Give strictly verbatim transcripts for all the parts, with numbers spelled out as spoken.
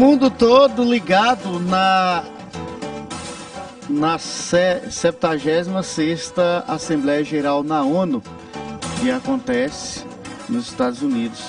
mundo todo ligado na na septuagésima sexta Assembleia Geral na ONU, que acontece nos Estados Unidos.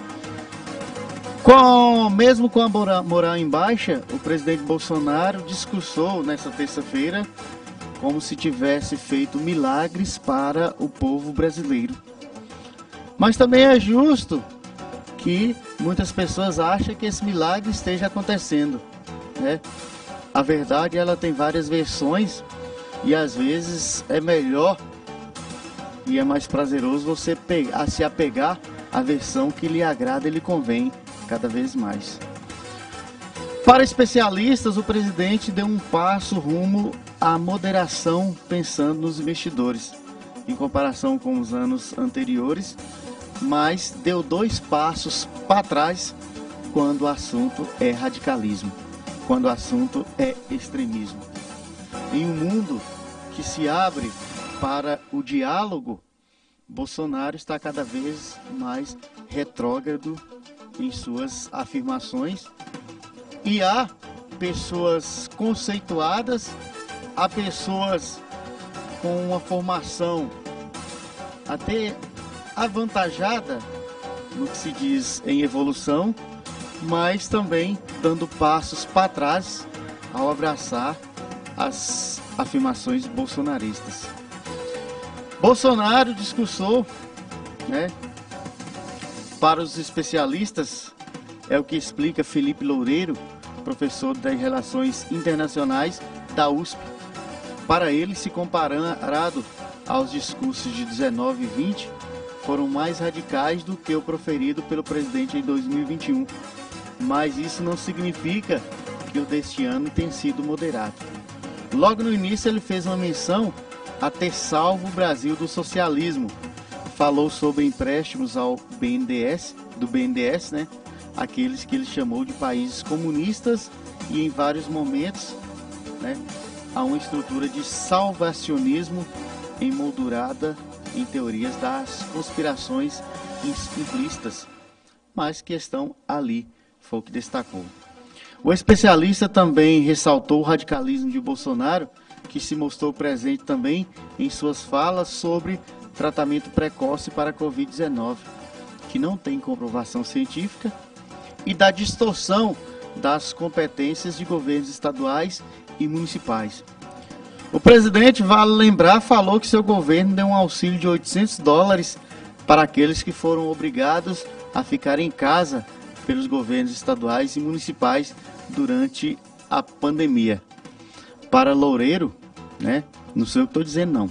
Com, mesmo com a moral em baixa, o presidente Bolsonaro discursou nessa terça-feira como se tivesse feito milagres para o povo brasileiro. Mas também é justo que muitas pessoas acham que esse milagre esteja acontecendo, né? A verdade, ela tem várias versões e às vezes é melhor e é mais prazeroso você pegar, se apegar à versão que lhe agrada e lhe convém cada vez mais. Para especialistas, o presidente deu um passo rumo à moderação pensando nos investidores, em comparação com os anos anteriores, mas deu dois passos para trás quando o assunto é radicalismo, quando o assunto é extremismo. Em um mundo que se abre para o diálogo, Bolsonaro está cada vez mais retrógrado em suas afirmações, e há pessoas conceituadas, há pessoas com uma formação até avantajada no que se diz em evolução, mas também dando passos para trás ao abraçar as afirmações bolsonaristas. Bolsonaro discursou, né, para os especialistas, é o que explica Felipe Loureiro, professor das Relações Internacionais da U S P. Para ele, se comparado aos discursos de dezenove e vinte, foram mais radicais do que o proferido pelo presidente em dois mil e vinte e um. Mas isso não significa que o deste ano tenha sido moderado. Logo no início ele fez uma menção a ter salvo o Brasil do socialismo. Falou sobre empréstimos ao B N D E S, do B N D E S, né? Aqueles que ele chamou de países comunistas, e em vários momentos, né, há uma estrutura de salvacionismo emoldurada em teorias das conspirações implícitas, mas que estão ali, foi o que destacou. O especialista também ressaltou o radicalismo de Bolsonaro, que se mostrou presente também em suas falas sobre tratamento precoce para a covid dezenove, que não tem comprovação científica, e da distorção das competências de governos estaduais e municipais. O presidente, vale lembrar, falou que seu governo deu um auxílio de oitocentos dólares para aqueles que foram obrigados a ficar em casa pelos governos estaduais e municipais durante a pandemia. Para Loureiro, né, não sei o que estou dizendo não,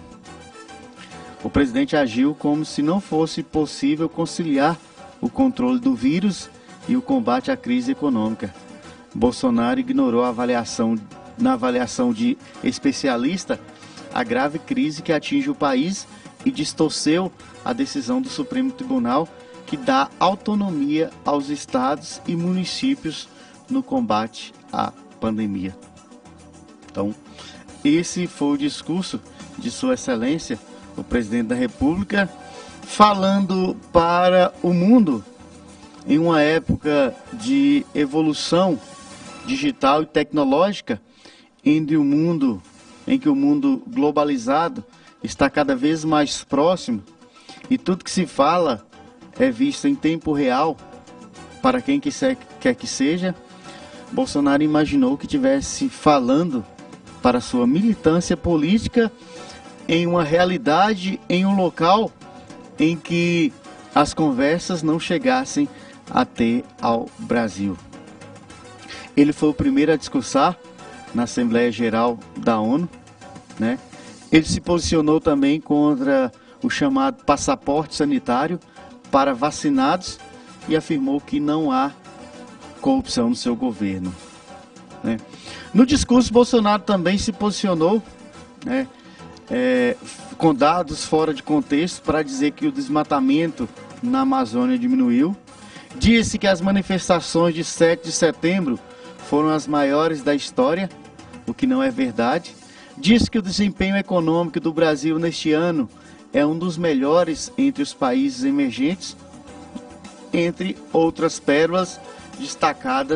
o presidente agiu como se não fosse possível conciliar o controle do vírus e o combate à crise econômica. Bolsonaro ignorou a avaliação, na avaliação de especialista, a grave crise que atinge o país e distorceu a decisão do Supremo Tribunal, que dá autonomia aos estados e municípios no combate à pandemia. Então, esse foi o discurso de Sua Excelência, o Presidente da República, falando para o mundo em uma época de evolução digital e tecnológica, em que o mundo, em que o mundo globalizado está cada vez mais próximo e tudo que se fala é visto em tempo real para quem quiser, quer que seja. Bolsonaro imaginou que estivesse falando para sua militância política em uma realidade, em um local em que as conversas não chegassem até ao Brasil. Ele foi o primeiro a discursar na Assembleia Geral da ONU, né? Ele se posicionou também contra o chamado passaporte sanitário para vacinados e afirmou que não há corrupção no seu governo, né? No discurso, Bolsonaro também se posicionou, né, é, com dados fora de contexto para dizer que o desmatamento na Amazônia diminuiu. Disse que as manifestações de sete de setembro foram as maiores da história, o que não é verdade. Disse que o desempenho econômico do Brasil neste ano é um dos melhores entre os países emergentes, entre outras pérolas destacadas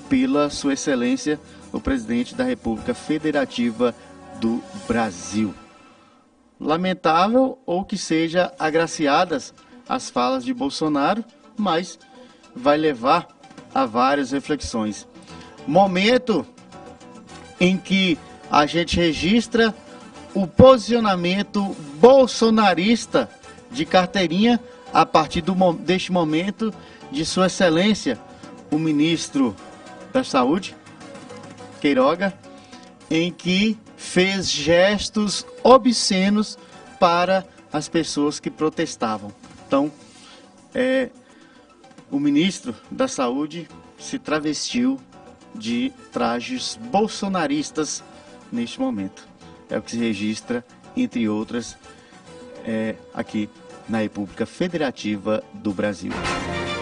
pela Sua Excelência, o presidente da República Federativa do Brasil. Lamentável ou que seja agraciadas as falas de Bolsonaro, mas vai levar a várias reflexões. Momento em que a gente registra o posicionamento bolsonarista de carteirinha a partir do, deste momento de Sua Excelência, o ministro da Saúde, Queiroga, em que fez gestos obscenos para as pessoas que protestavam. Então, é, o ministro da Saúde se travestiu de trajes bolsonaristas neste momento. É o que se registra, entre outras, é, aqui na República Federativa do Brasil.